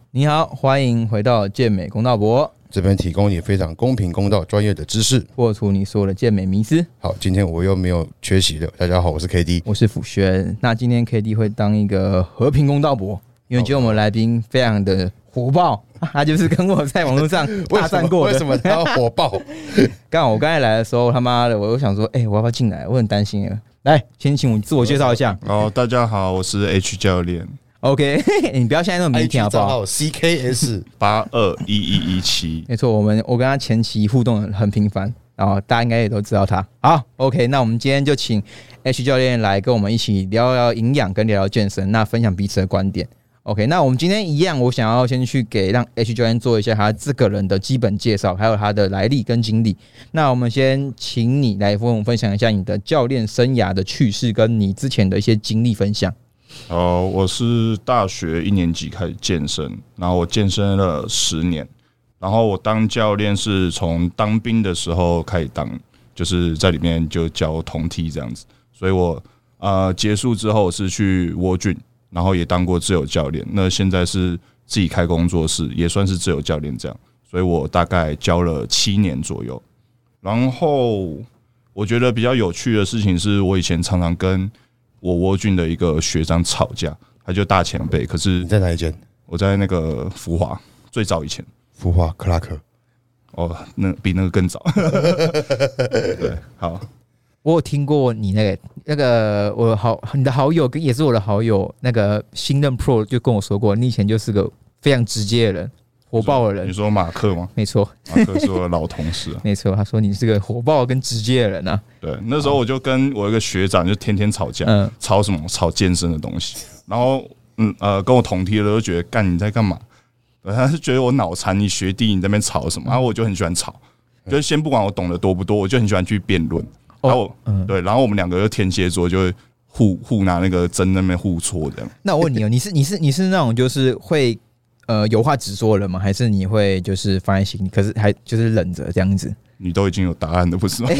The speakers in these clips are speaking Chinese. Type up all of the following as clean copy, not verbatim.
你好，欢迎回到健美公道博， 这边提供你非常公平公道专业的知识， 破除你所有的健美迷思。 好，今天我又没有缺席了。大家好，我是 KD， 我是辅轩。那今天 KD 会当一个和平公道博，因为今天我们来宾非常的火爆，他就是跟我在网络上大战过的。 为什么他要火爆？ 刚好我刚才来的时候，他妈的，我就想说，我要不要进来？我很担心。来，先请我自我介绍一下。 大家好，我是 H 教练。 OK， 你不要现在那么腼腆好不好 ？CKS 821117， 没错，我跟他前期互动很频繁，然后大家应该也都知道他。好 ，OK， 那我们今天就请 H 教练来跟我们一起聊聊营养跟聊聊健身，那分享彼此的观点。OK， 那我们今天一样，我想要先去让 H 教练做一下他这个人的基本介绍，还有他的来历跟经历。那我们先请你来跟我们分享一下你的教练生涯的趣事，跟你之前的一些经历分享。 我是大学1年级开始健身，然后我健身了10年，然后我当教练是从当兵的时候开始当，就是在里面就教同梯这样子，所以我结束之后是去沃郡，然后也当过自由教练，那现在是自己开工作室，也算是自由教练这样，所以我大概教了7年左右。然后我觉得比较有趣的事情是我以前常常跟我沃郡的一个学长吵架，他就大前辈，可是你在哪一间？ 我在那个福华，最早以前。 福华克拉克。 那比那个更早。对，好。 我有听过你那个你的好友也是我的好友，那个新任 Pro 就跟我说过，你以前就是个非常直接的人，火爆的人。 你说马克吗？ 没错， 马克是我的老同事啊。 没错，他说你是个火爆跟直接的人啊。 对，那时候我就跟我一个学长就天天吵架，吵什么？吵健身的东西。然后跟我同梯的都觉得干你在干嘛？他是觉得我脑残，你学弟你在那边吵什么？然后我就很喜欢吵，就先不管我懂得多不多，我就很喜欢去辩论。然后对，然后我们两个就天蝎座，就会互拿那个针那边互戳这样。 那我问你哦，你是那种就是会有话直说的人吗？还是你会就是放在心里，可是还就是忍着这样子？ 你都已经有答案了，不是吗？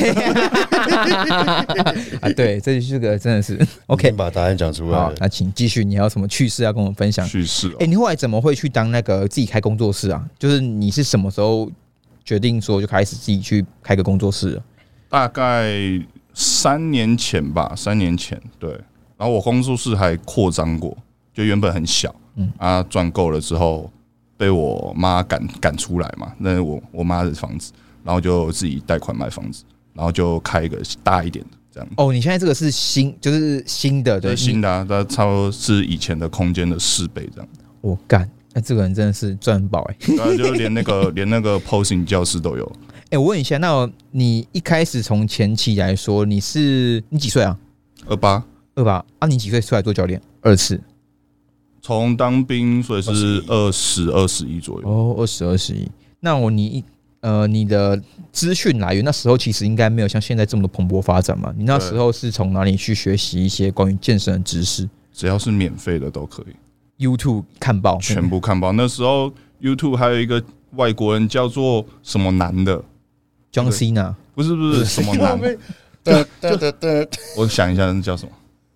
对，这就是个真的是 OK， 把答案讲出来了。 好，那请继续，你还有什么趣事要跟我们分享？ 趣事你后来怎么会去当那个自己开工作室啊？就是你是什么时候决定说就开始自己去开个工作室了？ 大概3年前吧，3年前对。然后我工作室还扩张过，就原本很小，赚够了之后被我妈赶出来嘛，那是我妈的房子，然后就自己贷款买房子，然后就开一个大一点的这样。 你现在这个是就是新的，对， 新的它差不多是以前的空间的4倍这样。 我干，那这个人真的是赚饱对，就连那个 posing 教室都有。 我问一下，那你一开始从前期来说，你几岁啊 ？28 啊？你几岁出来做教练？2次。 从当兵，所以是20、21左右。 20、21。那你的资讯来源那时候其实应该没有像现在这么的蓬勃发展嘛？你那时候是从哪里去学习一些关于健身的知识？ 只要是免费的都可以。 YouTube 看报， 全部看报。那时候 YouTube 还有一个外国人叫做什么男的 ，John Cena， 不是什么男，我想一下那叫什么。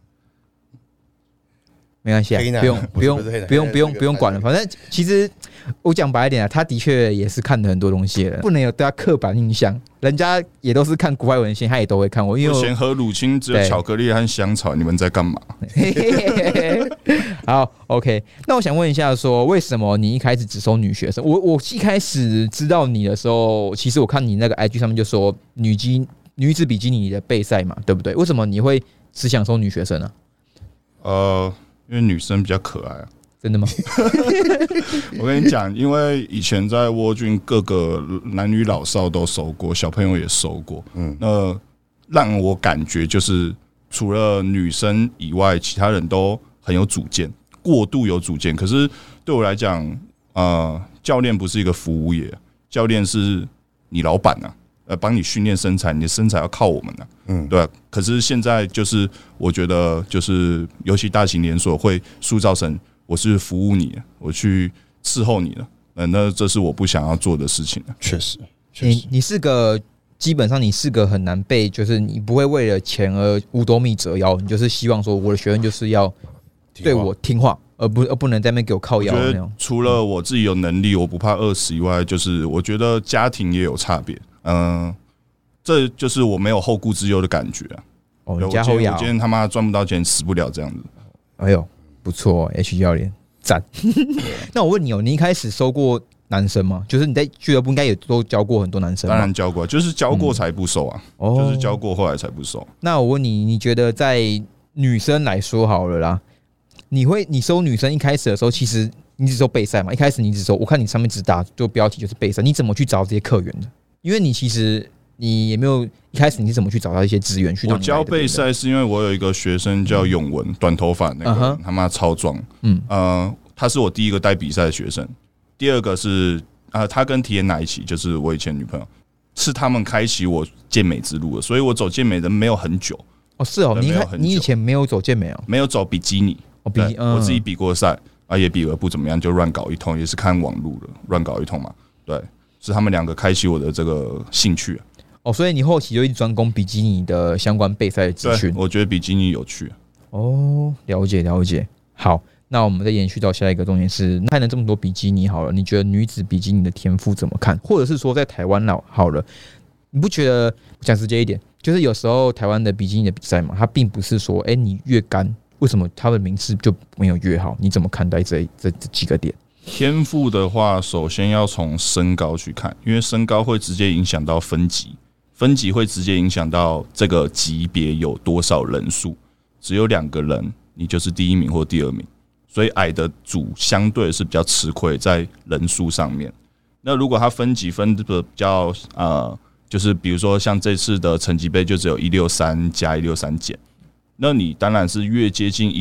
没关系啊，不用管了。反正其实我讲白一点啊，他的确也是看了很多东西的，不能有对他刻板印象。人家也都是看国外文献，他也都会看。因为我嫌喝乳清只有巧克力和香草，你们在干嘛？ 好 ，OK。那我想问一下，说为什么你一开始只收女学生？我一开始知道你的时候，其实我看你那个 IG 上面就说女子比基尼的备赛嘛，对不对？为什么你会只想收女学生呢？ 因为女生比较可爱啊。 真的吗？ 我跟你讲，因为以前在沃郡各个男女老少都收过，小朋友也收过，那让我感觉就是除了女生以外，其他人都很有主见，过度有主见。可是对我来讲，教练不是一个服务业，教练是你老板啊，帮你训练身材，你的身材要靠我们啊，对啊。可是现在就是我觉得，就是尤其大型连锁会塑造成我是服务你，我去伺候你了，那这是我不想要做的事情。 确实， 你是个基本上你是个很难被，就是你不会为了钱而五斗米折腰，你就是希望说我的学生就是要对我听话， 而不能在那边给我靠腰那种。 除了我自己有能力，我不怕饿死以外，就是我觉得家庭也有差别。这就是我没有后顾之忧的感觉啊。 哦，你家后牙、 我今天他妈赚不到钱，死不了这样子。 哎呦，不错 ，H 教练赞。那我问你哦，你一开始收过男生吗？就是你在俱乐部应该也都教过很多男生吗？ 当然教过，就是教过才不收啊。就是教过后来才不收。 那我问你，你觉得在女生来说好了啦，你收女生一开始的时候，其实你只收备赛嘛？一开始你只收，我看你上面只打就标题就是备赛，你怎么去找这些客源的？因为你其实你也没有一开始你是怎么去找到一些资源去？ 我教备赛是因为我有一个学生叫永文，短头发那个他妈超壮，他是我第一个带比赛的学生。第二个是他跟提安娜一起，就是我以前女朋友，是他们开启我健美之路的，所以我走健美的没有很久。 哦，是哦，你以前没有走健美哦， 没有走比基尼，我自己比过赛也比了不怎么样，就乱搞一通，也是看网路的乱搞一通嘛，对。是他们两个开启我的这个兴趣哦，所以你后期就一直专攻比基尼的相关备赛的资讯。 我觉得比基尼有趣哦，了解。好，那我们再延续到下一个重点是，看了这么多比基尼好了，你觉得女子比基尼的天赋怎么看？或者是说在台湾好了，你不觉得讲直接一点，就是有时候台湾的比基尼的比赛嘛，它并不是说你越干，为什么它的名次就没有越好？你怎么看待这几个点？ 天赋的话，首先要从身高去看，因为身高会直接影响到分级，分级会直接影响到这个级别有多少人数。只有2个人，你就是第1名或第2名，所以矮的组相对是比较吃亏在人数上面。那如果他分级分的比较就是比如说像这次的成绩杯就只有163加163减，那你当然是越接近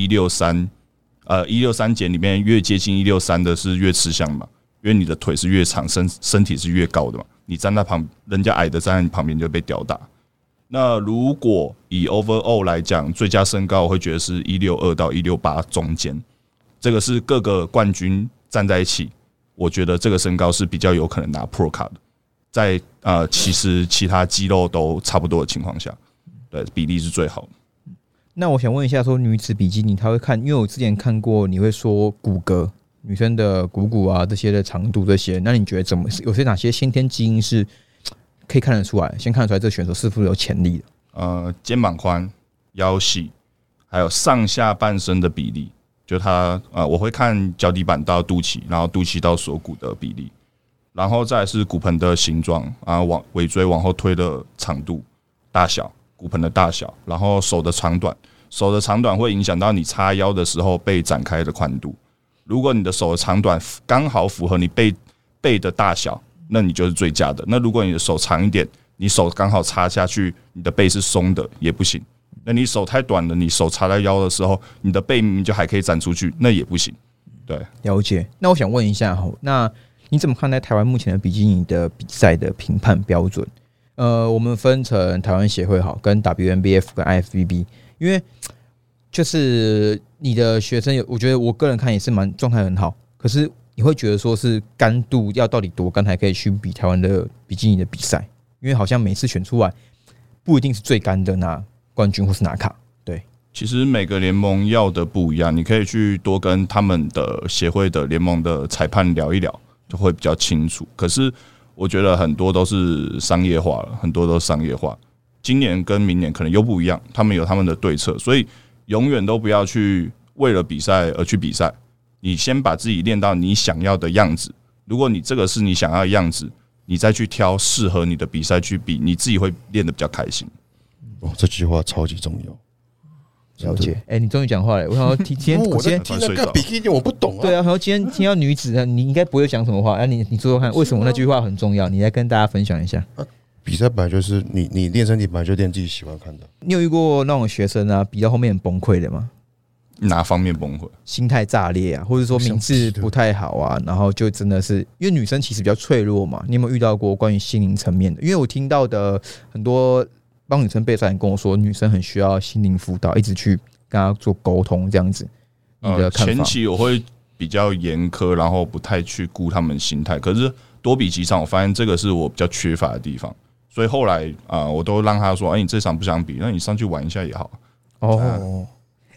163减里面越接近163的是越吃香嘛，因为你的腿是越长，身体是越高的嘛，你站在人家矮的站在你旁边就被吊打。那如果以 overall 来讲，最佳身高我会觉得是162到168中间，这个是各个冠军站在一起，我觉得这个身高是比较有可能拿 Pro 卡的，在其实其他肌肉都差不多的情况下，对比例是最好的。 那我想问一下，说女子比基尼，她会看，因为我之前看过，你会说骨骼，女生的股啊这些的长度这些，那你觉得有些哪些先天基因是可以看得出来，先看得出来这个选手是否有潜力的？ 肩膀宽、腰细，还有上下半身的比例，就我会看脚底板到肚脐，然后肚脐到锁骨的比例，然后再来是骨盆的形状尾椎往后推的长度、大小。骨盆的大小，然后手的长短会影响到你叉腰的时候背展开的宽度。如果你的手的长短刚好符合你背的大小，那你就是最佳的。那如果你的手长一点，你手刚好插下去，你的背是松的也不行。那你手太短了，你手插在腰的时候，你的背明明就还可以展出去，那也不行。对， 了解。那我想问一下，那你怎么看待台湾目前的比基尼的比赛的评判标准？我们分成台湾协会好，跟 WNBF 跟 IFBB， 因为就是你的学生我觉得我个人看也是状态很好，可是你会觉得说是干度要到底多干才可以去比台湾的比基尼的比赛？因为好像每次选出来不一定是最干的拿冠军或是拿卡。对， 其实每个联盟要的不一样，你可以去多跟他们的协会的联盟的裁判聊一聊，就会比较清楚。可是我觉得很多都是商业化了，很多都商业化。今年跟明年可能又不一样，他们有他们的对策，所以永远都不要去为了比赛而去比赛。你先把自己练到你想要的样子，如果你这个是你想要的样子，你再去挑适合你的比赛去比，你自己会练得比较开心。 这句话超级重要。 了解，你终于讲话了。我想说，今天我在听那个比基尼，我不懂啊。 对啊，然后今天听到女子，你应该不会讲什么话。你说说看，为什么那句话很重要？你来跟大家分享一下。 比赛本来就是你练身体，本来就练自己喜欢看的。 你有遇过那种学生啊，比到后面很崩溃的吗？ 哪方面崩溃？ 心态炸裂啊，或者说名次不太好啊，然后就真的是因为女生其实比较脆弱嘛。你有没有遇到过关于心灵层面的？因为我听到的很多帮女生备赛人跟我说，女生很需要心灵辅导，一直去跟她做沟通这样子。你的看法？ 前期我会比较严苛，然后不太去顾他们心态。可是多比几场，我发现这个是我比较缺乏的地方。所以后来我都让他说：“你这场不想比，那你上去玩一下也好。” 哦，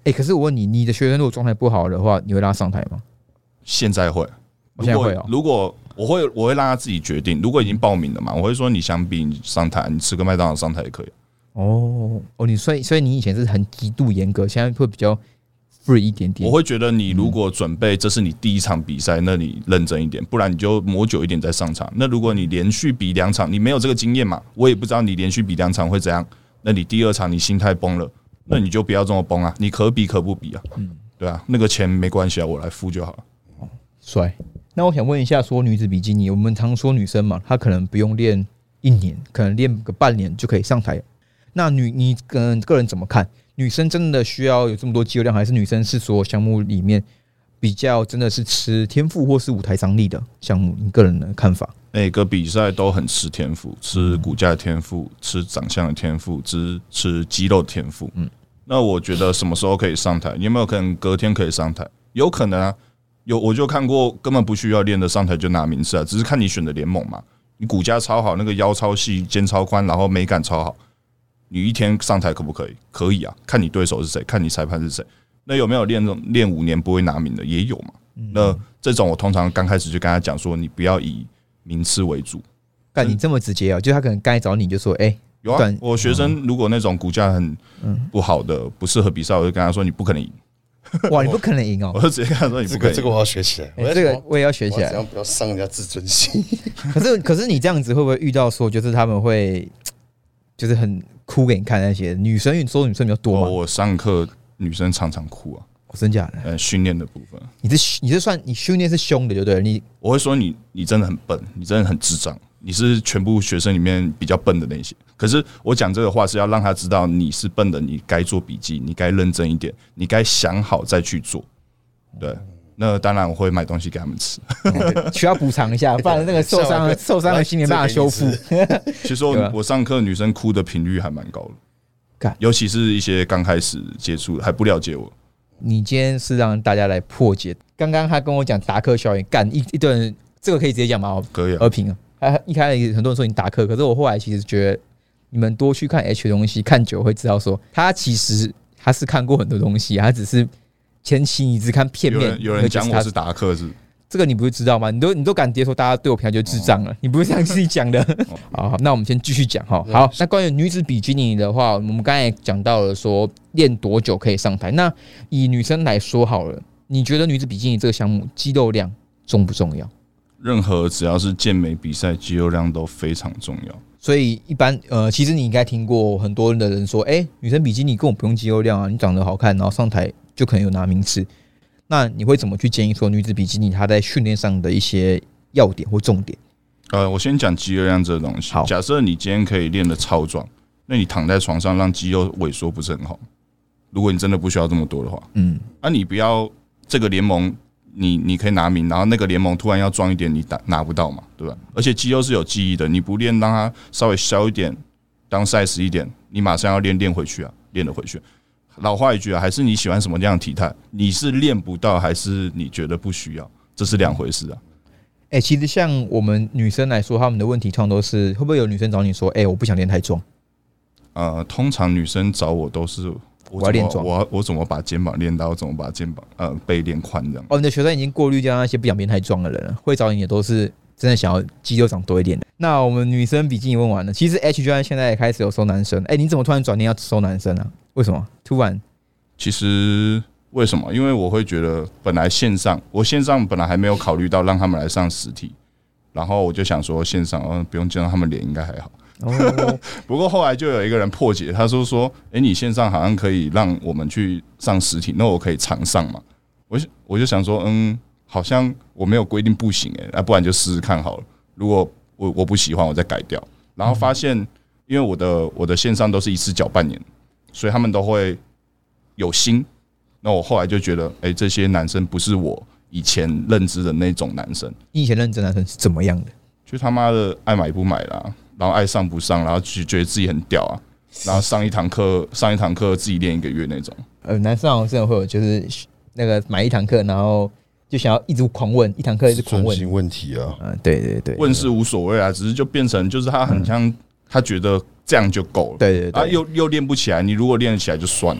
可是我问你，你的学生如果状态不好的话，你会让他上台吗？ 现在会， 现在会哦。 如果我会让他自己决定。如果已经报名了嘛，我会说你想比你上台，你吃个麦当劳上台也可以。 所以你以前是很极度严格，现在会比较 free 一点点。 我会觉得你如果准备这是你第一场比赛，那你认真一点，不然你就磨久一点再上场。那如果你连续比2场，你没有这个经验嘛，我也不知道你连续比2场会怎样。那你第2场你心态崩了，那你就不要这么崩啊，你可比可不比啊。对啊，那个钱没关系啊，我来付就好了。 帅。那我想问一下，说女子比基尼，我们常说女生嘛，她可能不用练1年，可能练个半年就可以上台。那你个人怎么看？女生真的需要有这么多肌肉量，还是女生是所有项目里面比较真的是吃天赋或是舞台张力的项目？你个人的看法？ 每个比赛都很吃天赋，吃骨架的天赋，吃长相的天赋，吃肌肉的天赋。那我觉得什么时候可以上台？你有没有可能隔天可以上台？有可能啊。我就看过根本不需要练的上台就拿名次啊，只是看你选的联盟嘛。你骨架超好，那个腰超细，肩超宽，然后美感超好，你一天上台可不可以？可以啊，看你对手是谁，看你裁判是谁。那有没有练5年不会拿名的？也有嘛。那这种我通常刚开始就跟他讲说，你不要以名次为主。 干你这么直接啊？就他可能刚才找你就说， 有啊，我学生如果那种骨架很不好的，不适合比赛，我就跟他说你不可能赢。 哇，你不可能赢哦！ 我就直接跟他说你不可能赢。 这个我要学起来， 这个我也要学起来。 怎样不要伤人家自尊心？ 可是你这样子会不会遇到说，就是他们会就是很哭给你看那些女生？因为说女生比较多嘛。 我上课女生常常哭啊。 真假的？ 训练的部分， 你是算你训练是凶的，对不对？ 我会说你真的很笨，你真的很智障，你是全部学生里面比较笨的那些。可是我讲这个话是要让他知道你是笨的，你该做笔记，你该认真一点，你该想好再去做。对，那当然我会买东西给他们吃， 需要补偿一下，不然那个受伤的心没办法修复。 其实我上课女生哭的频率还蛮高的，尤其是一些刚开始接触还不了解我。 你今天是让大家来破解。刚刚他跟我讲达克效应，干一堆人，这个可以直接讲吗？ 可以啊。 和平啊，一开始很多人说你达克，可是我后来其实觉得，你们多去看 H 的东西，看久会知道说，他其实他是看过很多东西，他只是前期你只看片面。 有人讲我是达克是。 这个你不是知道吗？你都敢直接说大家对我评价就是智障了，你不是这样自己讲的。好，那我们先继续讲哈。好，那关于女子比基尼的话，我们刚才讲到了说练多久可以上台。那以女生来说好了，你觉得女子比基尼这个项目肌肉量重不重要？ 任何只要是健美比赛，肌肉量都非常重要。 所以一般其实你应该听过很多的人说，女生比基尼根本不用肌肉量啊，你长得好看，然后上台就可能有拿名次。那你会怎么去建议说女子比基尼她在训练上的一些要点或重点？ 我先讲肌肉量这个东西。假设你今天可以练得超壮，那你躺在床上让肌肉萎缩不是很好？如果你真的不需要这么多的话，你不要这个联盟你可以拿名，然后那个联盟突然要壮一点，你拿不到嘛，对吧？而且肌肉是有记忆的，你不练让它稍微消一点，当 size 一点，你马上要练回去啊，练得回去。老话一句啊，还是你喜欢什么样的体态？你是练不到，还是你觉得不需要？这是两回事啊。 其实像我们女生来说，她们的问题通常都是会不会有女生找你说，我不想练太壮？ 通常女生找我都是我要练壮， 我怎么把肩膀练到，怎么把肩膀背练宽这样。 你的学生已经过滤掉那些不想变太壮的人了，会找你的都是真的想要肌肉长多一点的。那我们女生比基尼问完了，其实 HGY 现在也开始有收男生。你怎么突然转念要收男生啊？为什么突然？ 其实为什么？因为我会觉得本来我线上本来还没有考虑到让他们来上实体，然后我就想说线上不用见到他们脸应该还好。不过后来就有一个人破解，他说你线上好像可以让我们去上实体，那我可以常上嘛？我就想说好像我没有规定不行不然就试试看好了。如果我不喜欢，我再改掉。然后发现，因为我的线上都是一次缴半年，所以他们都会有心。那我后来就觉得，这些男生不是我以前认知的那种男生。 你以前认知的男生是怎么样的？ 就他妈的爱买不买啦，然后爱上不上，然后就觉得自己很屌啊，然后上一堂课自己练1个月那种。 男生好像真的会有，就是那个买一堂课，然后就想要一直狂问，一堂课一直狂问。 专心问题啊。 对对对， 问是无所谓啊，只是就变成就是他很像他觉得这样就够了。 对对对， 又练不起来，你如果练得起来就算了。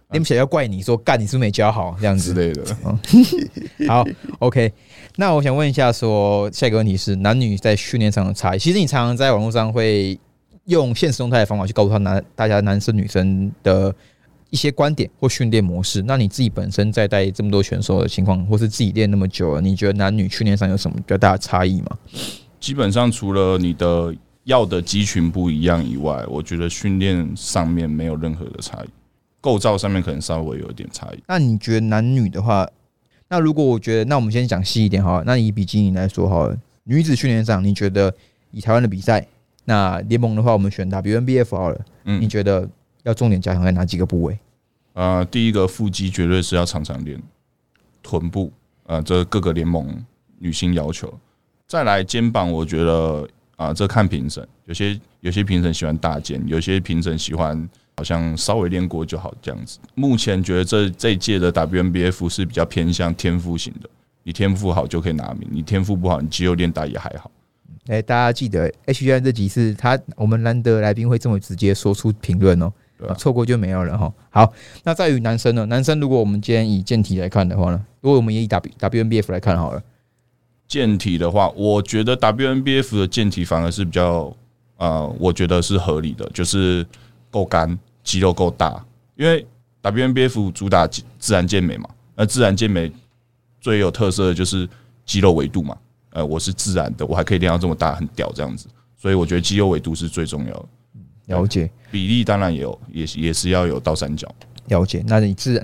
练不起来要怪你说干你是不是没教好这样子之类的。 好 ，OK。那我想问一下说下一个问题是男女在训练上的差异。其实你常常在网络上会用现实动态的方法去告诉大家男生女生的一些观点或训练模式。那你自己本身在带这么多选手的情况，或是自己练那么久了，你觉得男女训练上有什么比较大的差异吗？ 基本上除了你的要的肌群不一样以外，我觉得训练上面没有任何的差异，构造上面可能稍微有一点差异。 那你觉得男女的话，那如果我觉得，那我们先讲细一点好了。那以比基尼来说好了，女子训练上，你觉得以台湾的比赛，那联盟的话，我们选 WNBF 好了，你觉得要重点加强在哪几个部位？ 第一个腹肌绝对是要常常练，臀部，这各个联盟女星要求。再来肩膀，我觉得这看评审，有些评审喜欢大肩，有些评审喜欢好像稍微练过就好这样子。目前觉得这一届的 WNBF 是比较偏向天赋型的，你天赋好就可以拿名，你天赋不好，你肌肉练大也还好。 大家记得 HGN 这集是我们难得来宾会这么直接说出评论哦，错过就没有了哈。好，那在于男生呢？男生如果我们今天以健体来看的话呢，如果我们也以 WNBF 来看好了。 健体的话，我觉得 WNBF 的健体反而是比较我觉得是合理的，就是够干，肌肉够大。因为 WNBF 主打自然健美嘛，那自然健美最有特色的就是肌肉维度嘛。我是自然的，我还可以练到这么大，很屌这样子。所以我觉得肌肉维度是最重要的。 了解， 比例当然也是要有倒三角。 了解，那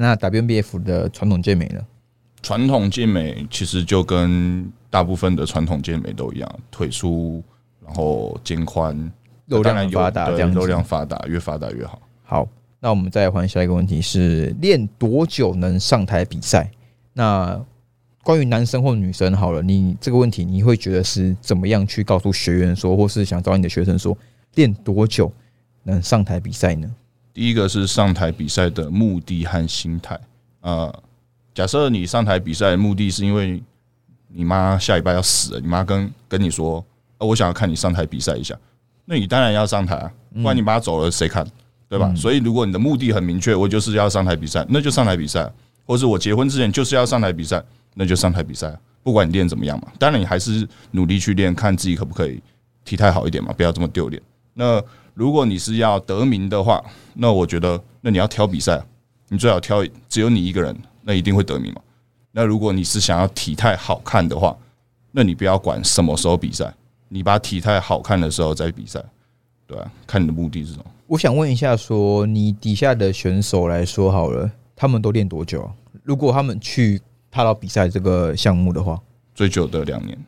WNBF 的传统健美呢？ 传统健美其实就跟大部分的传统健美都一样，腿粗，然后肩宽， 肉量发达这样子， 肉量发达，越发达越好。 好，那我们再换下一个问题是：练多久能上台比赛？那关于男生或女生好了，你这个问题你会觉得是怎么样去告诉学员说，或是想找你的学生说，练多久能上台比赛呢？ 第一个是上台比赛的目的和心态。假设你上台比赛的目的是因为你妈下礼拜要死了，你妈跟你说，我想要看你上台比赛一下，那你当然要上台啊，不然你妈走了谁看，对吧？所以如果你的目的很明确，我就是要上台比赛，那就上台比赛，或是我结婚之前就是要上台比赛，那就上台比赛，不管你练怎么样嘛。当然你还是努力去练，看自己可不可以体态好一点嘛，不要这么丢脸。那如果你是要得名的话，那我觉得那你要挑比赛，你最好挑只有你一个人，那一定会得名嘛。那如果你是想要体态好看的话，那你不要管什么时候比赛，你把体态好看的时候再比赛，对啊，看你的目的是什么。 我想问一下说你底下的选手来说好了，他们都练多久啊？如果他们去踏到比赛这个项目的话， 最久的2年。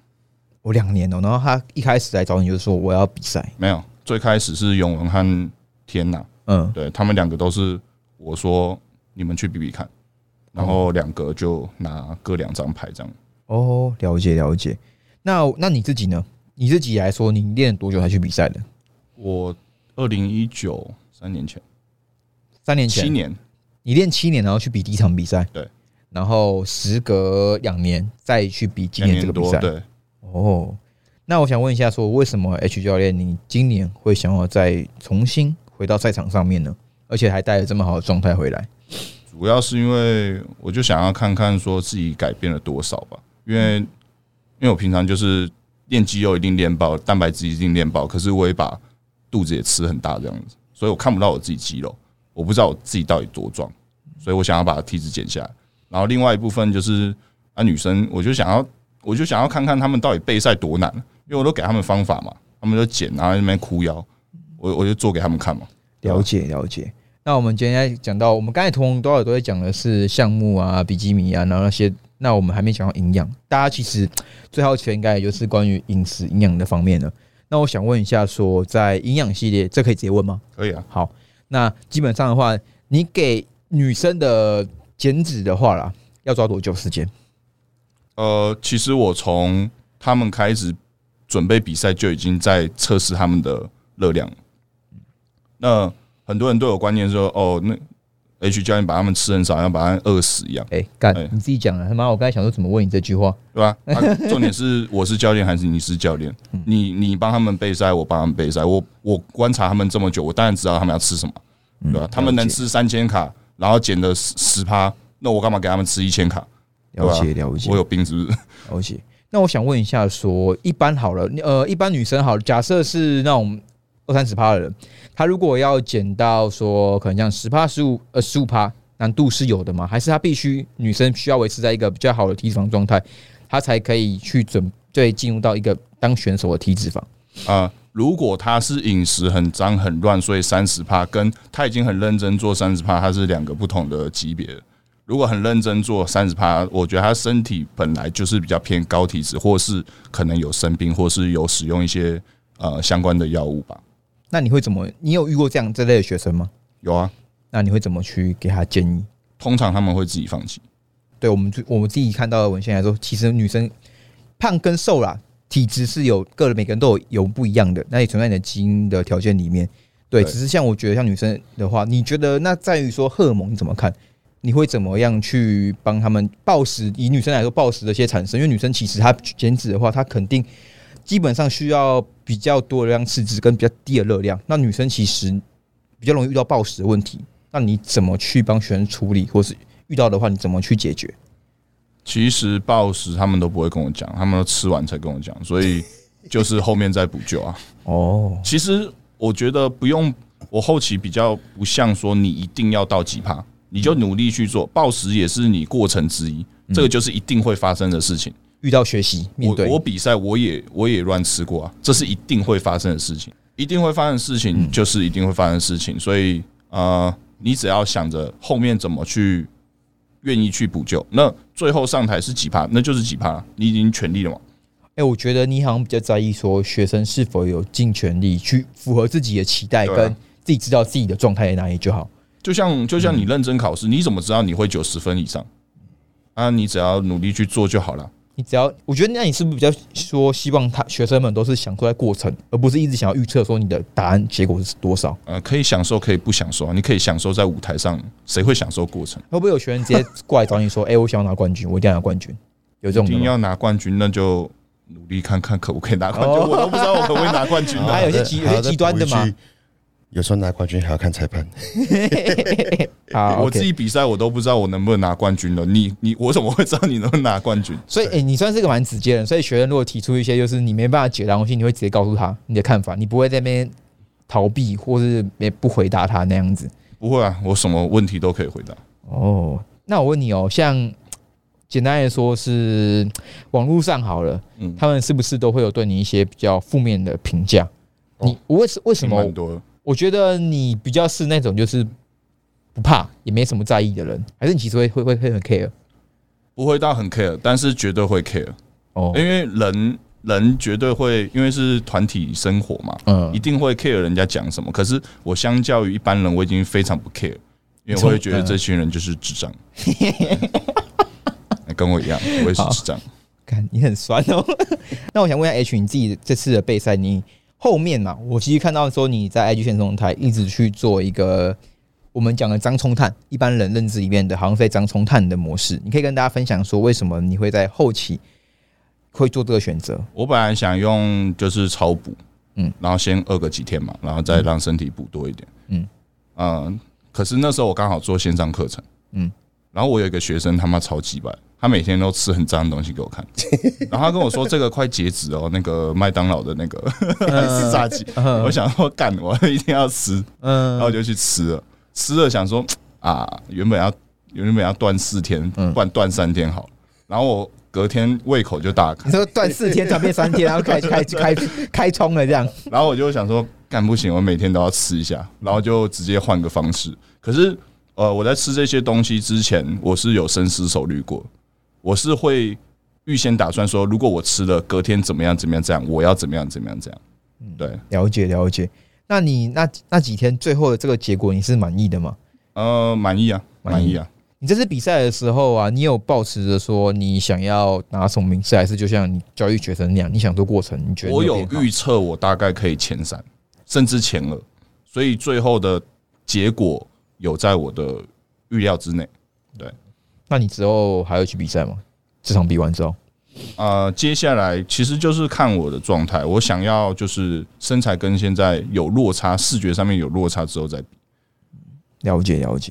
2年哦，然后他一开始来找你就说我要比赛， 没有，最开始是永文和天娜，对他们2个都是我说你们去比比看，然后2个就拿各2张牌这样。 哦，了解了解。那你自己呢？你自己来说，你练了多久才去比赛的？ 我2019 3年前 ，3年前 7年， 你练7年，然后去比第一场比赛， 对， 然后时隔2年再去比今年这个比赛， 对。 哦，那我想问一下，说为什么 H 教练你今年会想要再重新回到赛场上面呢？而且还带了这么好的状态回来？ 主要是因为我就想要看看说自己改变了多少吧，因为我平常就是练肌肉一定练爆，蛋白质一定练爆，可是我也把肚子也吃很大这样子，所以我看不到我自己肌肉，我不知道我自己到底多壮，所以我想要把体脂减下来。然后另外一部分就是女生，我就想要看看他们到底备赛多难，因为我都给他们方法嘛，他们就减，然后在那边哭腰，我就做给他们看嘛。 了解了解。那我们今天讲到，我们刚才多少都在讲的是项目啊、比基尼啊，然后那些，那我们还没讲到营养。大家其实最好奇的应该也就是关于饮食营养的方面了。那我想问一下说在营养系列，这可以直接问吗？ 可以啊。 好，那基本上的话，你给女生的减脂的话啦，要抓多久时间？ 其实我从他们开始准备比赛就已经在测试他们的热量。那很多人都有观念说，那 H 教练把他们吃很少，要把他们饿死一样。 你自己讲了，他妈，我刚才想说怎么问你这句话， 对吧？重点是我是教练还是你是教练？你帮他们备赛，我帮他们备赛。我观察他们这么久，我当然知道他们要吃什么，对吧？他们能吃3000卡， 然后减了10%，那我干嘛给他们吃1000卡？ 了解了解， 我有病是不是？ 了解。那我想问一下说一般好了，一般女生好了，假设是那种20-30%的人，她如果要减到说可能像10%、15%，难度是有的吗？还是她必须女生需要维持在一个比较好的体脂肪状态，她才可以去准备进入到一个当选手的体脂肪？ 如果她是饮食很脏很乱，所以30%跟她已经很认真做30%，它是2个不同的级别。如果很认真做30%，我觉得他身体本来就是比较偏高体脂，或是可能有生病，或是有使用一些相关的药物吧。 那你会怎么？你有遇过这类的学生吗？ 有啊。 那你会怎么去给他建议？ 通常他们会自己放弃。 对我们自己看到的文献来说，其实女生胖跟瘦啦，体质是有每个人都有不一样的，那也存在你的基因的条件里面。对，只是像我觉得像女生的话，你觉得那在于说荷尔蒙你怎么看？你会怎么样去帮他们暴食？以女生来说，暴食的一些产生，因为女生其实她减脂的话，她肯定基本上需要比较多的量赤脂跟比较低的热量。那女生其实比较容易遇到暴食的问题，那你怎么去帮学生处理，或是遇到的话，你怎么去解决？ 其实暴食他们都不会跟我讲，他们都吃完才跟我讲，所以就是后面再补救啊。哦，其实我觉得不用，我后期比较不像说你一定要到几%。你就努力去做，暴食也是你过程之一，这个就是一定会发生的事情。 遇到学习面对我比赛我也乱吃过啊，这是一定会发生的事情，一定会发生的事情就是一定会发生的事情，所以你只要想着后面怎么去愿意去补救，那最后上台是几%，那就是几%，你已经全力了嘛。 我觉得你好像比较在意说学生是否有尽全力去符合自己的期待，跟自己知道自己的状态在哪里就好。就像你认真考试，你怎么知道你会90分以上啊？你只要努力去做就好了。 你只要，我觉得那你是不是比较说希望学生们都是享受在过程，而不是一直想要预测说你的答案结果是多少？ 可以享受，可以不享受啊。你可以享受在舞台上，谁会享受过程？ 会不会有学生直接过来找你说：“我想要拿冠军，我一定要拿冠军。”有这种一定要拿冠军，那就努力看看可不可以拿冠军。我都不知道我可不可以拿冠军。 还有些极端的嘛。 有时候拿冠军还要看裁判。 我自己比赛我都不知道我能不能拿冠军了，我怎么会知道你能不能拿冠军？ 所以你算是个蛮直接的人，所以学生如果提出一些就是你没办法解的东西，你会直接告诉他你的看法，你不会在那边逃避或是不回答他那样子。 不会啊，我什么问题都可以回答。 哦，那我问你哦，像简单来说是网络上好了，他们是不是都会有对你一些比较负面的评价？你为什么？我觉得你比较是那种就是不怕也没什么在意的人，还是你其实会很 care？ 不会到很 care， 但是绝对会 care。因为人绝对会，因为是团体生活嘛，一定会 care 人家讲什么。可是我相较于一般人，我已经非常不 care， 因为我会觉得这群人就是智障，跟我一样，我也是智障。 看你很酸哦。那我想问一下 H， 你自己这次的备赛你？后面嘛，我其实看到说你在 IG 线动态一直去做一个我们讲的张冲碳，一般人认知里面的好像在张冲碳的模式，你可以跟大家分享说为什么你会在后期会做这个选择？ 我本来想用就是超补，然后先饿个几天嘛，然后再让身体补多一点，可是那时候我刚好做线上课程，然后我有一个学生他妈超级白。他每天都吃很脏的东西给我看，然后他跟我说这个快截止哦，那个麦当劳的那个是炸鸡，我想说干，我一定要吃，然后我就去吃了想说原本要断4天，不然断3天好了，然后我隔天胃口就大开。 你说断4天转变3天，然后开冲了这样， 然后我就想说干不行，我每天都要吃一下，然后就直接换个方式。可是我在吃这些东西之前，我是有深思熟虑过。我是会预先打算说，如果我吃了，隔天怎么样，我要怎么样。对， 了解。那你那几天最后的这个结果，你是满意的吗？ 满意啊。 你这次比赛的时候啊，你有抱持着说你想要拿什么名次，还是就像你教育学生那样，你想做过程？你觉得我有预测，我大概可以前3，甚至前2，所以最后的结果有在我的预料之内。对。 那你之后还会去比赛吗？这场比完之后， 接下来其实就是看我的状态。我想要就是身材跟现在有落差，视觉上面有落差之后再比。 了解。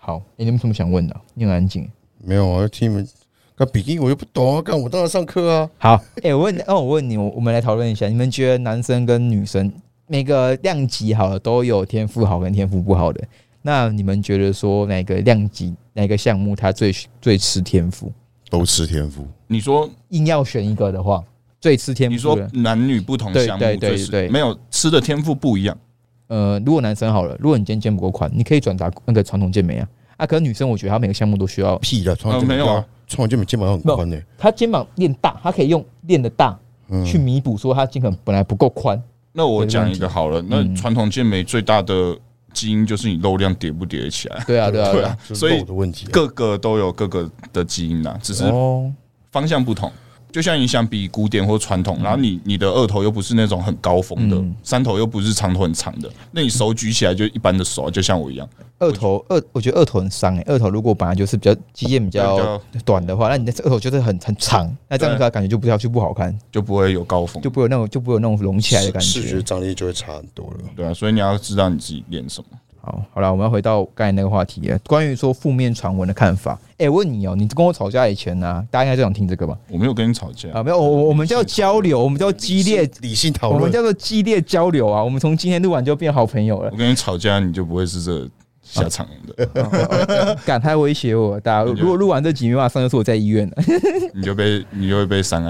好，你们有什么想问的？你很安静。 没有啊，听你们。那比基尼我又不懂啊，干我当然上课啊。 好，我问你，我们来讨论一下，你们觉得男生跟女生每个量级好了都有天赋好跟天赋不好的，那你们觉得说哪个量级哪个项目它最吃天赋？ 都吃天赋。 你说硬要选一个的话，最吃天赋。 你说男女不同项目，对，没有吃的天赋不一样。 如果男生好了，如果你今天肩不够宽，你可以转达那个传统健美啊。可是女生我觉得她每个项目都需要。 屁的，传统健美没有啊， 传统健美肩膀很宽的。 她肩膀练大，她可以用练的大去弥补说她肩膀本来不够宽。 那我讲一个好了，那传统健美最大的基因就是你肉量叠不叠得起来。 对啊， 所以各个都有各个的基因啦，只是方向不同。就像你想比古典或传统，然后你的二头又不是那种很高峰的，三头又不是长头很长的，那你手举起来就一般的手，就像我一样。 我觉得二头很伤二头如果本来就是比较肌腱比较短的话，那你的二头就是很长，那这样子感觉就不好看， 就不会有高峰， 就不会有那种隆起来的感觉， 视觉张力就会差很多了。 对啊，所以你要知道你自己练什么。 好了，我们要回到刚才那个话题了，关于说负面传闻的看法。我问你你跟我吵架以前呢，大家应该就想听这个吧？ 我没有跟你吵架啊， 没有，我们叫交流，我们叫激烈理性讨论， 我们叫做激烈交流啊。我们从今天录完就变好朋友了。 我跟你吵架，你就不会是这下场的。 敢太威胁我，大家如果录完这集没办法上，就是我在医院了，你就会被删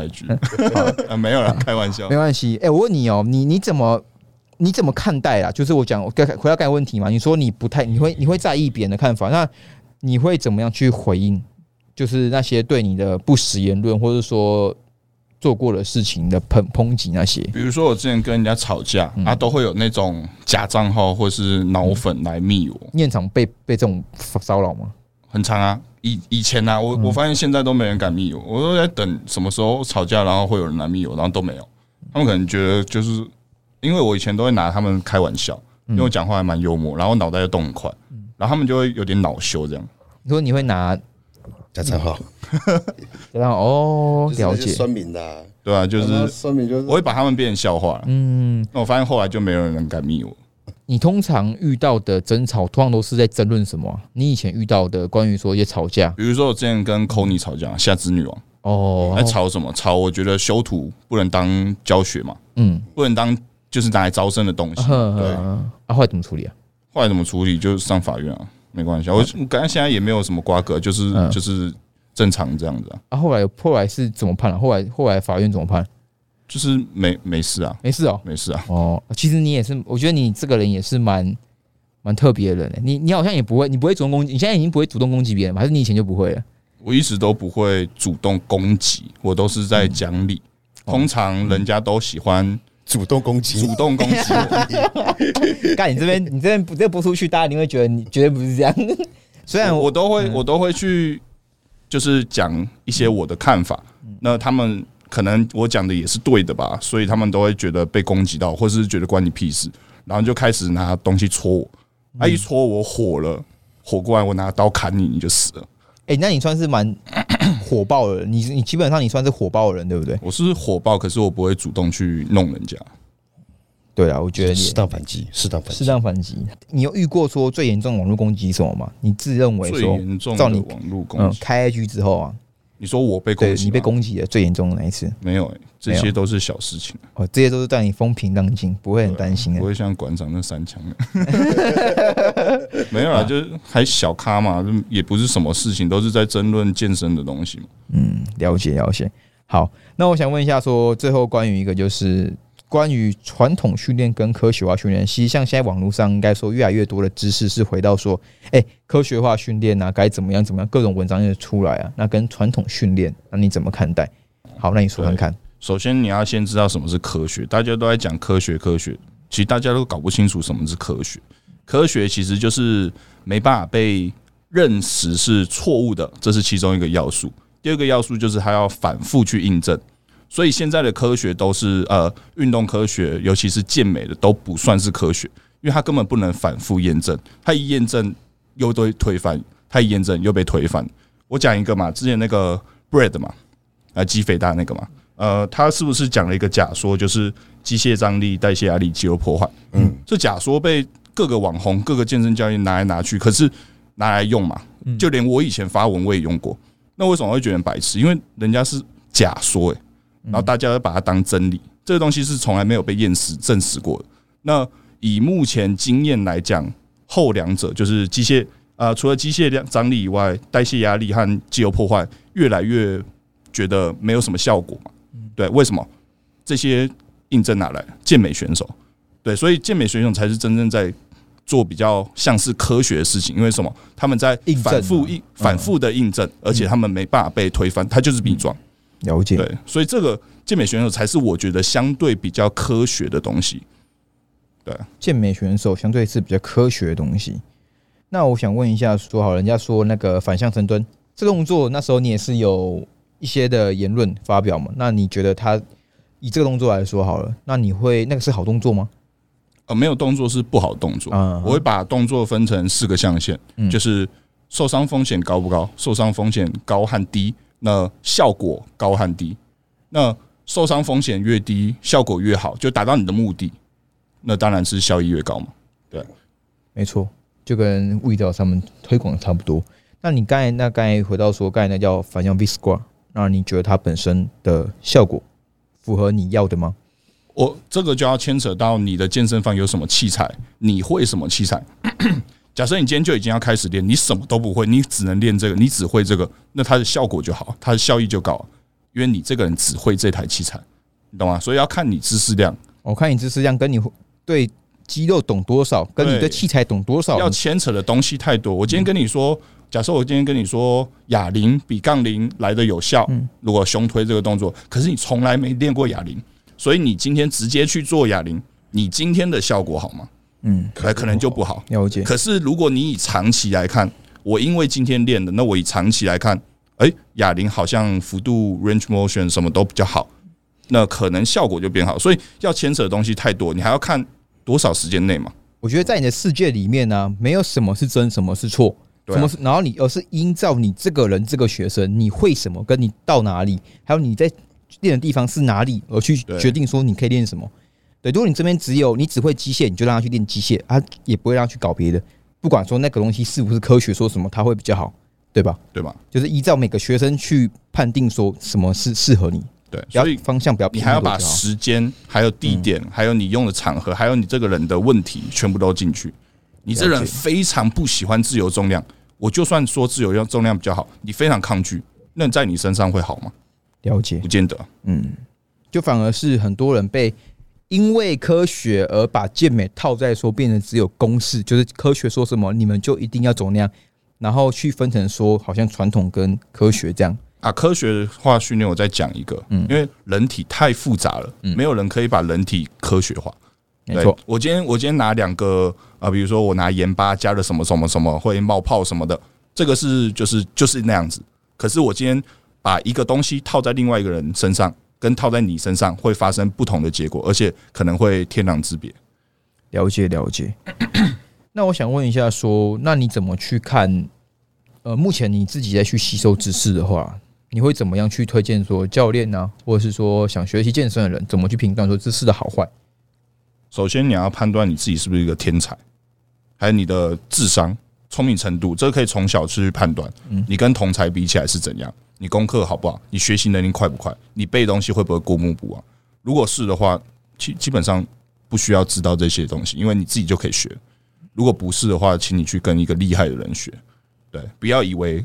IG。没有啦，开玩笑， 没关系。我问你你怎么看待啦？就是我回到刚才问题嘛，你说你会在意别人的看法，那你会怎么样去回应？就是那些对你的不实言论，或者说做过的事情的抨击那些。 比如说我之前跟人家吵架都会有那种假账号或是脑粉来密我。 你很常被这种骚扰吗？ 很常啊，以前啊，我发现现在都没人敢密我，我都在等什么时候吵架，然后会有人来密我，然后都没有。他们可能觉得就是。因为我以前都会拿他们开玩笑，因为我讲话还蛮幽默，然后脑袋又动很快，然后他们就会有点恼羞这样。 你说你会拿假账号， 然后了解酸民的， 对啊，就是酸民就是我会把他们变成笑话了。那我发现后来就没有人敢密我。 你通常遇到的争吵，通常都是在争论什么？你以前遇到的关于说一些吵架， 比如说我之前跟 Kony 吵架，夏之女王来吵什么？吵我觉得修图不能当教学嘛，不能当。就是拿来招生的东西，对后来怎么处理啊？ 后来怎么处理？就上法院啊，没关系。我感觉现在也没有什么瓜葛，就是正常这样子啊。 后来是怎么判啊？后来法院怎么判？ 就是没事啊， 没事哦， 没事啊。 其实你也是，我觉得你这个人也是蛮特别的人。你好像也不会，你不会主动攻击，你现在已经不会主动攻击别人吗？还是你以前就不会了？ 我一直都不会主动攻击，我都是在讲理。通常人家都喜欢。 主动攻击我，干你这边这播出去，大家一定会觉得你绝对不是这样。虽然我都会去，就是讲一些我的看法。那他们可能我讲的也是对的吧，所以他们都会觉得被攻击到，或是觉得关你屁事，然后就开始拿东西戳我。一戳我火了，火过来我拿刀砍你，你就死了。 那你算是蛮火爆的人，你基本上你算是火爆的人，对不对？ 我是火爆，可是我不会主动去弄人家。 对啊，我觉得适当反击。 你有遇过说最严重的网络攻击什么吗？你自认为说最严重的网络攻击， 开 IG 之后啊， 你说我被攻击， 你被攻击的最严重的那一次？ 没有这些都是小事情。 这些都是在你风平浪静，不会很担心的， 不会像馆长那3枪的。没有啦，就是还小咖嘛，也不是什么事情，都是在争论健身的东西嘛。 了解。好，那我想问一下说最后关于一个就是关于传统训练跟科学化训练，其实像现在网络上应该说越来越多的知识是回到说，科学化训练啊，该怎么样，各种文章就出来啊。那跟传统训练，那你怎么看待？好，那你说看看。 首先你要先知道什么是科学，大家都在讲科学，其实大家都搞不清楚什么是科学。科学其实就是没办法被认识是错误的，这是其中一个要素。第二个要素就是它要反复去印证。所以现在的科学都是运动科学，尤其是健美的都不算是科学，因为它根本不能反复验证，它一验证又被推翻，它一验证又被推翻。我讲一个嘛，之前那个 Brad 嘛，肌肥大那个嘛，他是不是讲了一个假说，就是机械张力、代谢压力、肌肉破坏？这假说被各个网红、各个健身教练拿来拿去，可是拿来用嘛，就连我以前发文我也用过。那为什么会觉得很白痴？因为人家是假说然后大家把它当真理，这个东西是从来没有被证实过的。那以目前经验来讲，后两者就是机械除了机械量张力以外，代谢压力和机油破坏越来越觉得没有什么效果嘛。对，为什么？这些印证哪来？健美选手。对，所以健美选手才是真正在做比较像是科学的事情。因为什么？他们在反复的印证，而且他们没办法被推翻，它就是比壮。 了解。 对，所以这个健美选手才是我觉得相对比较科学的东西。对， 健美选手相对是比较科学的东西。那我想问一下，说好，人家说那个反向深蹲这个动作，那时候你也是有一些的言论发表嘛？那你觉得他以这个动作来说好了，那你会那个是好动作吗？ 没有动作是不好动作。我会把动作分成4个象限，就是受伤风险高不高，受伤风险高和低，那效果高和低。那受伤风险越低，效果越好，就达到你的目的，那当然是效益越高嘛。对， 没错。就跟物理治疗他们推广的差不多。那你刚才回到说，刚才那叫反向 V squat， 那你觉得它本身的效果符合你要的吗？ 这个就要牵扯到你的健身房有什么器材，你会什么器材。假设你今天就已经要开始练，你什么都不会，你只能练这个，你只会这个，那它的效果就好，它的效益就高，因为你这个人只会这台器材，你懂吗？所以要看你知识量。 我看你知识量跟你对肌肉懂多少，跟你对器材懂多少， 要牵扯的东西太多。我今天跟你说，假设我今天跟你说哑铃比杠铃来的有效，如果胸推这个动作，可是你从来没练过哑铃，所以你今天直接去做哑铃，你今天的效果好吗？可能就不好。 了解。 可是如果你以长期来看，我因为今天练的，那我以长期来看，哑铃好像幅度 range motion 什么都比较好，那可能效果就变好。所以要牵扯的东西太多，你还要看多少时间内嘛？ 我觉得在你的世界里面呢，没有什么是真，什么是错，什么是，然后而是依照你这个人这个学生，你会什么，跟你到哪里，还有你在练的地方是哪里，而去决定说你可以练什么。对，如果你这边你只会机械，你就让他去练机械，也不会让他去搞别的。不管说那个东西是不是科学，说什么他会比较好，对吧？对吧？就是依照每个学生去判定说什么是适合你。 对，所以方向不要偏， 你还要把时间、还有地点、还有你用的场合、还有你这个人的问题全部都进去。你这人非常不喜欢自由重量，我就算说自由重量比较好，你非常抗拒，那在你身上会好吗？ 了解， 不见得。 就反而是很多人因为科学而把健美套在说变成只有公式，就是科学说什么你们就一定要走那样，然后去分成说好像传统跟科学这样。 科学化训练我再讲一个，因为人体太复杂了，没有人可以把人体科学化。 没错， 我今天拿2个比如说我拿盐巴加了什么什么什么会冒泡什么的，这个是就是那样子。可是我今天把一个东西套在另外一个人身上，跟套在你身上会发生不同的结果，而且可能会天壤之别。 了解。那我想问一下说，那你怎么去看？目前你自己在去吸收知识的话，你会怎么样去推荐说教练啊，或者是说想学习健身的人怎么去评断说知识的好坏？ 首先你要判断你自己是不是一个天才，还有你的智商、聪明程度，这个可以从小去判断。你跟同才比起来是怎样？你功课好不好？你学习能力快不快？你背东西会不会过目不忘？如果是的话，基本上不需要知道这些东西，因为你自己就可以学。如果不是的话，请你去跟一个厉害的人学。对，不要以为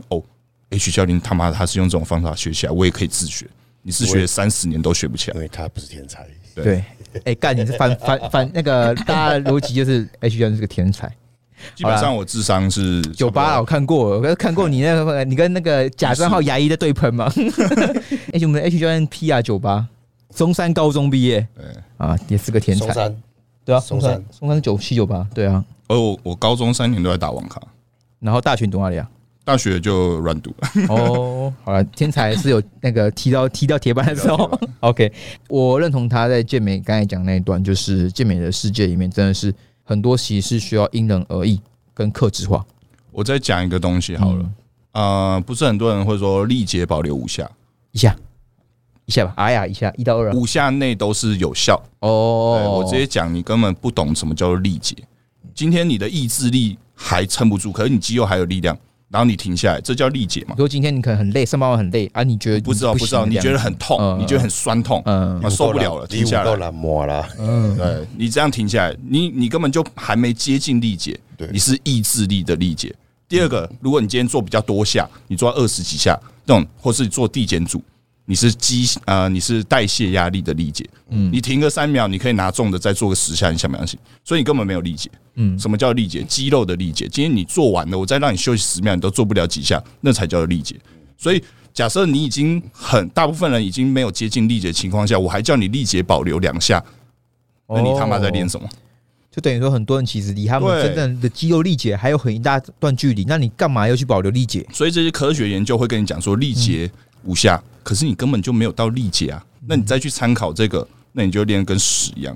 H 教练他妈他是用这种方法学起来，我也可以自学。你是学30年都学不起来， 因为他不是天才。 对，干你是反那个大家逻辑就是 H 教练是个天才。 基本上我智商是 98啦，我看过你你跟那个假账号牙医的对喷嘛。我们的 H 教练 PR 98，中山高中毕业，也是个天才。 松山， 对啊，松山97、98，对啊。 我高中3年都在打网咖， 然后大学读哪里啊？ 大学就乱读了。 好了，天才是有那个踢到铁板的时候。OK， 我认同他在健美刚才讲那一段，就是健美的世界里面真的是很多其实是需要因人而异跟客制化。 我再讲一个东西好了，不是很多人会说力竭保留5下， 一下吧，一下1到2， 5下内都是有效。我直接讲，你根本不懂什么叫做力竭。 今天你的意志力还撑不住，可是你肌肉还有力量，然后你停下来，这叫力竭嘛。 比如今天你可能很累，上班很累啊，你觉得不知道，你觉得很痛，你觉得很酸痛，受不了了，停下来。对，你这样停下来，你根本就还没接近力竭，你是意志力的力竭。第二个，如果你今天做比较多下，你做20几下这种，或是做递减组，你是代谢压力的力竭。你停个3秒，你可以拿重的再做个10下，你想不相信？所以你根本没有力竭。什么叫力竭？肌肉的力竭。今天你做完了，我再让你休息10秒，你都做不了几下，那才叫做力竭。所以假设你已经大部分人已经没有接近力竭的情况下，我还叫你力竭保留2下，那你他妈在练什么？ 就等于说，很多人其实离他们真正的肌肉力竭还有很一大段距离，那你干嘛要去保留力竭？ 所以这些科学研究会跟你讲说，力竭5下，可是你根本就没有到力竭啊。那你再去参考这个，那你就练跟屎一样。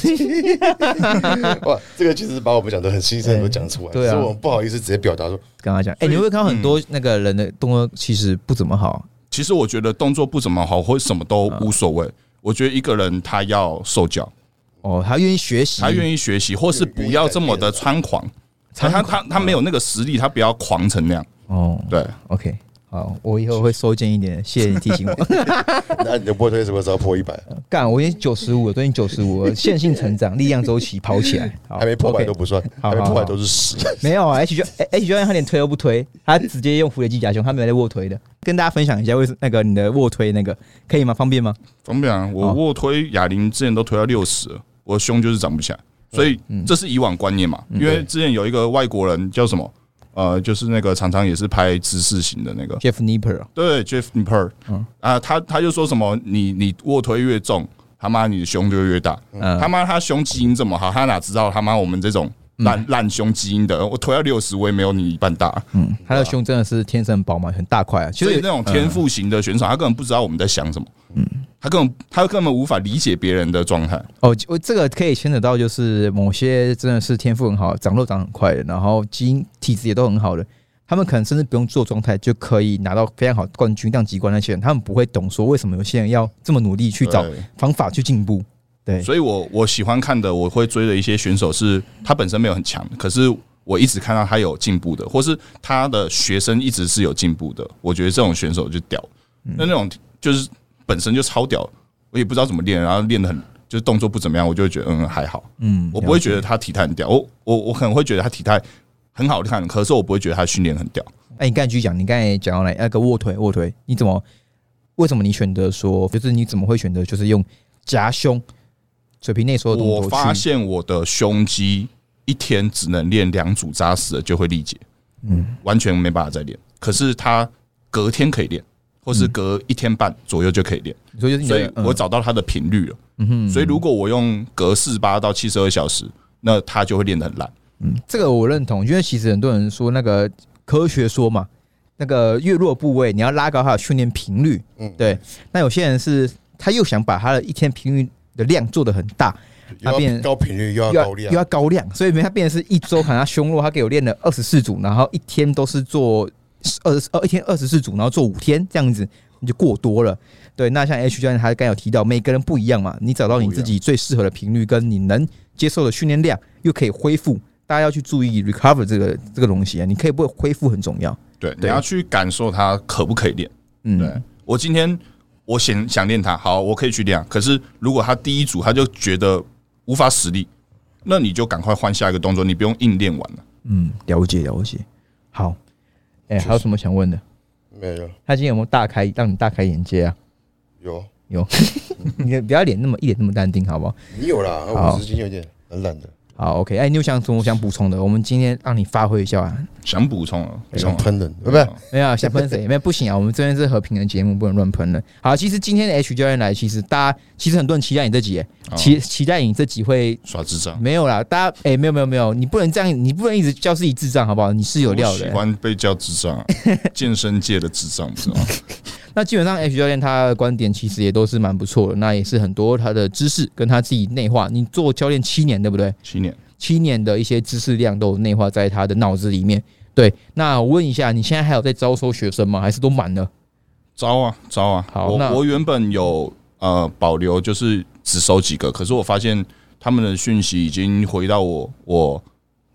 哇，这个其实把我们讲的很细致，都讲出来，所以我们不好意思直接表达说， 跟他讲，你会看到很多那个人的动作其实不怎么好。 其实我觉得动作不怎么好，或什么都无所谓。我觉得一个人他要受教。 他愿意学习， 或是不要这么的猖狂。他没有那个实力，他不要狂成那样。对 ，OK， 好，我以后会收敛一点，谢谢你提醒我。 那你的卧推什么时候破100？ 干，我已经95了，最近95了，线性成长，力量周期跑起来， 还没破100都不算，还没破100都是屎。 没有啊 ，H 教练他连推都不推，他直接用伏地肌夹胸，他没有在卧推的。跟大家分享一下，那个你的卧推那个可以吗？方便吗？ 方便啊，我卧推哑铃之前都推到60了。我的胸就是长不起来，所以这是以往观念嘛。因为之前有一个外国人叫什么，就是那个常常也是拍姿势型的那个 Jeff Nipper， 对 Jeff Nipper，他就说什么你卧推越重，他妈你的胸就越大，他妈他胸基因这么好，他哪知道他妈我们这种烂胸基因的，我推到60，我也没有你一半大。 他的胸真的是天生饱满，很大块啊。 所以那种天赋型的选手，他根本不知道我们在想什么。他根本无法理解别人的状态。 这个可以牵扯到，就是某些真的是天赋很好，长肉长很快的，然后基因体质也都很好的，他们可能甚至不用做状态就可以拿到非常好的冠军、量级冠那些人，他们不会懂说为什么有些人要这么努力去找方法去进步。对， 所以我喜欢看的，我会追的一些选手是他本身没有很强，可是我一直看到他有进步的，或是他的学生一直是有进步的，我觉得这种选手就屌。那种就是本身就超屌，我也不知道怎么练，然后练得很就是动作不怎么样，我就会觉得还好。我不会觉得他体态很屌，我可能会觉得他体态很好看，可是我不会觉得他训练很屌。 你刚才继续讲，你刚才讲到那个卧推，你为什么你选择说，就是你怎么会选择就是用夹胸？水平内收的动作， 我发现我的胸肌一天只能练2组扎实的就会力竭，完全没办法再练。可是他隔天可以练，或是隔1天半左右就可以练。所以我找到他的频率了。所以如果我用隔48到72小时，那他就会练得很烂。 这个我认同，因为其实很多人说那个科学说嘛，那个越弱部位你要拉高他的训练频率。对，那有些人是他又想把他的一天频率的量做得很大， 他变高频率又要高量，所以他变成是一周可能他胸弱，他给我练了24组，然后一天都是做一天24组，然后做5天这样子，你就过多了。对，那像 H 教练他刚有提到，每个人不一样嘛，你找到你自己最适合的频率，跟你能接受的训练量，又可以恢复。大家要去注意 recover 这个东西啊，你可以不会恢复很重要。 对，你要去感受它可不可以练。对，我今天我想练它，好，我可以去练。可是如果他第一组他就觉得无法使力，那你就赶快换下一个动作，你不用硬练完了。 了解。好，还有什么想问的？ 没有。 他今天有没有让你大开眼界啊？ 有。 你不要一脸那么淡定，好不好？ 你有啦，我最近有点懒的。 好 ，OK， 你有什么想补充的？我们今天让你发挥一下啊。 想补充了， 想喷人，对不对？ 没有想喷谁？没有不行啊！我们这边是和平的节目，不能乱喷人。好，其实今天的 H 教练来，其实很多人期待你这集，期待你这集会耍智障。 没有啦，大家没有，你不能这样，你不能一直叫自己智障，好不好？你是有料的。 我喜欢被叫智障，健身界的智障，知道吗？ 那基本上 H 教练他的观点其实也都是蛮不错的，那也是很多他的知识跟他自己内化。你做教练7年，对不对？7年的一些知识量都有内化在他的脑子里面。对，那我问一下，你现在还有在招收学生吗？还是都满了？ 招啊！好，我原本有保留，就是只收几个，可是我发现他们的讯息已经回到我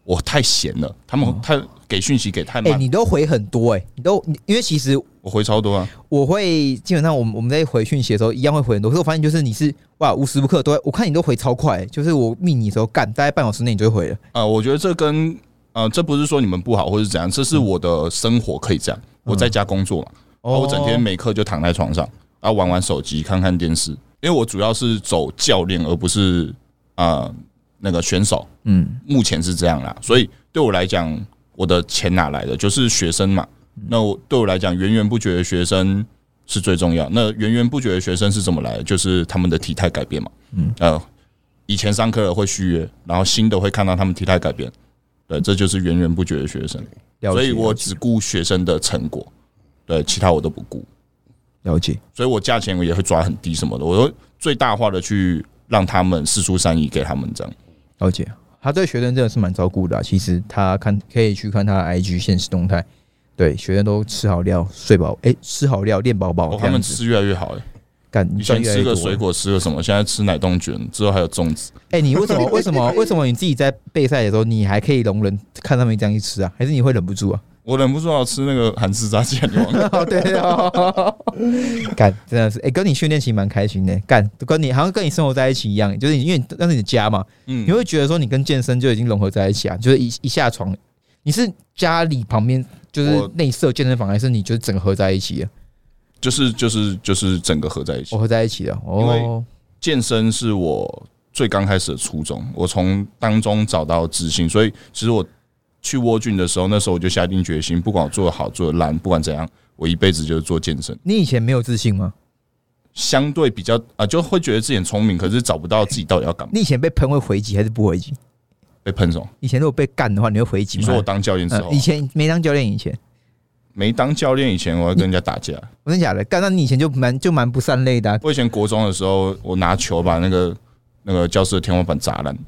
我太闲了，他们太给讯息给太慢。 你都回很多因为其实我回超多啊， 我会基本上我们在回讯息的时候一样会回很多，可是我发现就是你是哇无时无刻都会，我看你都回超快，就是我密你的时候干大概半小时内你就会回了。 我觉得这跟这不是说你们不好或是怎样，这是我的生活可以这样。我在家工作嘛，我整天没课就躺在床上，玩手机，看看电视。因为我主要是走教练，而不是那个选手。目前是这样啦，所以对我来讲，我的钱哪来的？就是学生嘛。那对我来讲，源源不绝的学生是最重要。那源源不绝的学生是怎么来的？就是他们的体态改变嘛。以前上课了会续约，然后新的会看到他们体态改变。对，这就是源源不绝的学生。所以我只顾学生的成果，对，其他我都不顾。 了解。 所以我价钱我也会抓很低什么的，我会最大化的去让他们释出善意给他们这样。 了解。他对学生真的是蛮照顾的其实他可以去看他的 IG 限时动态，对，学生都吃好料、睡饱，吃好料、练饱饱， 他们吃越来越好以前吃个水果，吃个什么，现在吃奶冻卷，之后还有粽子。 你为什么你自己在备赛的时候，你还可以容忍看他们这样去吃啊？还是你会忍不住啊？ 我忍不住要吃那个韩式炸鸡，你忘了？ 对干真的是跟你训练其实蛮开心的，干好像跟你生活在一起一样，就是因为那是你的家嘛，你会觉得说你跟健身就已经融合在一起啊，就是一下床，你是家里旁边就是内设健身房，还是你就是整个合在一起的？就是整个合在一起， 合在一起的。因为健身是我最刚开始的初衷，我从当中找到自信，所以其实我去沃俊的时候，那时候我就下定决心，不管我做得好做得烂，不管怎样，我一辈子就是做健身。 你以前没有自信吗？ 相对比较就会觉得自己很聪明，可是找不到自己到底要干嘛。 你以前被喷会回击还是不回击？ 被喷什么？ 以前如果被干的话，你会回击吗？ 你说我当教练之后， 以前没当教练以前。 没当教练以前，我会跟人家打架。 真的假的？干，那你以前就蛮不善类的我以前国中的时候，我拿球把那个教室的天花板砸烂。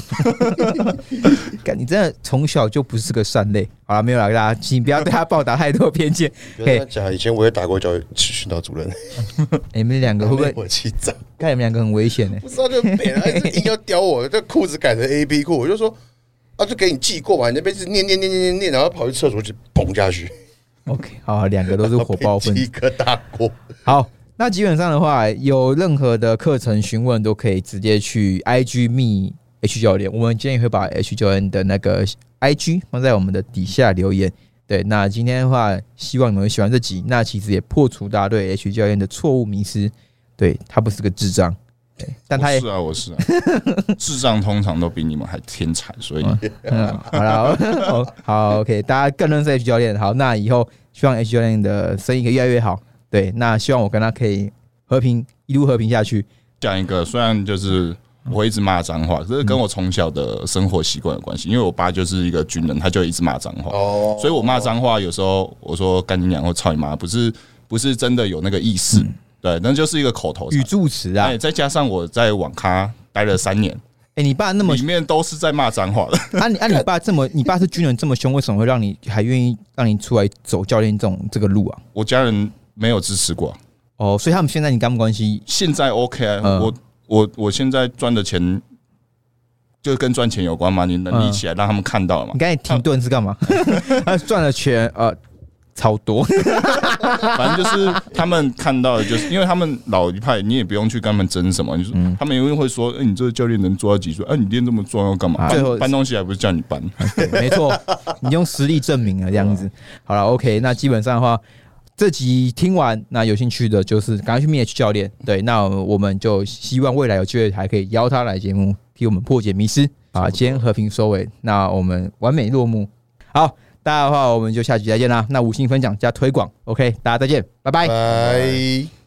干，你真的从小就不是个善类。好了，没有啦，大家请不要对他报答太多偏见。 不要讲，以前我也打过训导主任。 你们两个会不会？ 我气炸！ 看你们两个很危险不知道就北了，硬要叼我，这裤子改成 AP 裤，我就说就给你记过嘛，你那边是念，然后跑去厕所就蹦下去。 OK， 好，两个都是火爆分子， 一个大锅。 好，那基本上的话，有任何的课程询问都可以直接去 IG 密 H 教练，我们今天也会把 H 教练的那个 IG 放在我们的底下留言。对，那今天的话，希望你们会喜欢这集。那其实也破除大家对 H 教练的错误迷思，对他不是个智障。但他也我是智障通常都比你们还天才，所以好了，好 OK， 大家更认识 H 教练。好，那以后希望 H 教练的生意可以越来越好。对，那希望我跟他可以一路和平下去。 讲一个，虽然就是我会一直骂脏话，可是跟我从小的生活习惯有关系。因为我爸就是一个军人，他就一直骂脏话，所以我骂脏话有时候我说干你娘或操你妈，不是真的有那个意思。对，那就是一个口头语助词啊。 再加上我在网咖待了3年， 你爸那么里面都是在骂脏话的。 你爸是军人这么凶，为什么会让你还愿意让你出来走教练这个路啊？ 我家人没有支持过。 所以他们现在你跟他们关系？ 现在 OK 啊，我现在赚的钱就跟赚钱有关嘛，你能力起来让他们看到了嘛。 你刚才停顿是干嘛？他赚了钱超多， 反正就是他们看到的，就是因为他们老一派，你也不用去跟他们争什么。你说他们永远会说：“你这个教练能做到几岁？你练这么壮要干嘛？搬东西还不是叫你搬？” 没错，你用实力证明了这样子。好了 ，OK， 那基本上的话，这集听完，那有兴趣的就是赶快去密 H 教练。对，那我们就希望未来有机会还可以邀他来节目，替我们破解迷思。好，今天和平收尾，那我们完美落幕。好。大家的话，我们就下集再见啦。那5星分享加推广 ，OK， 大家再见，拜拜。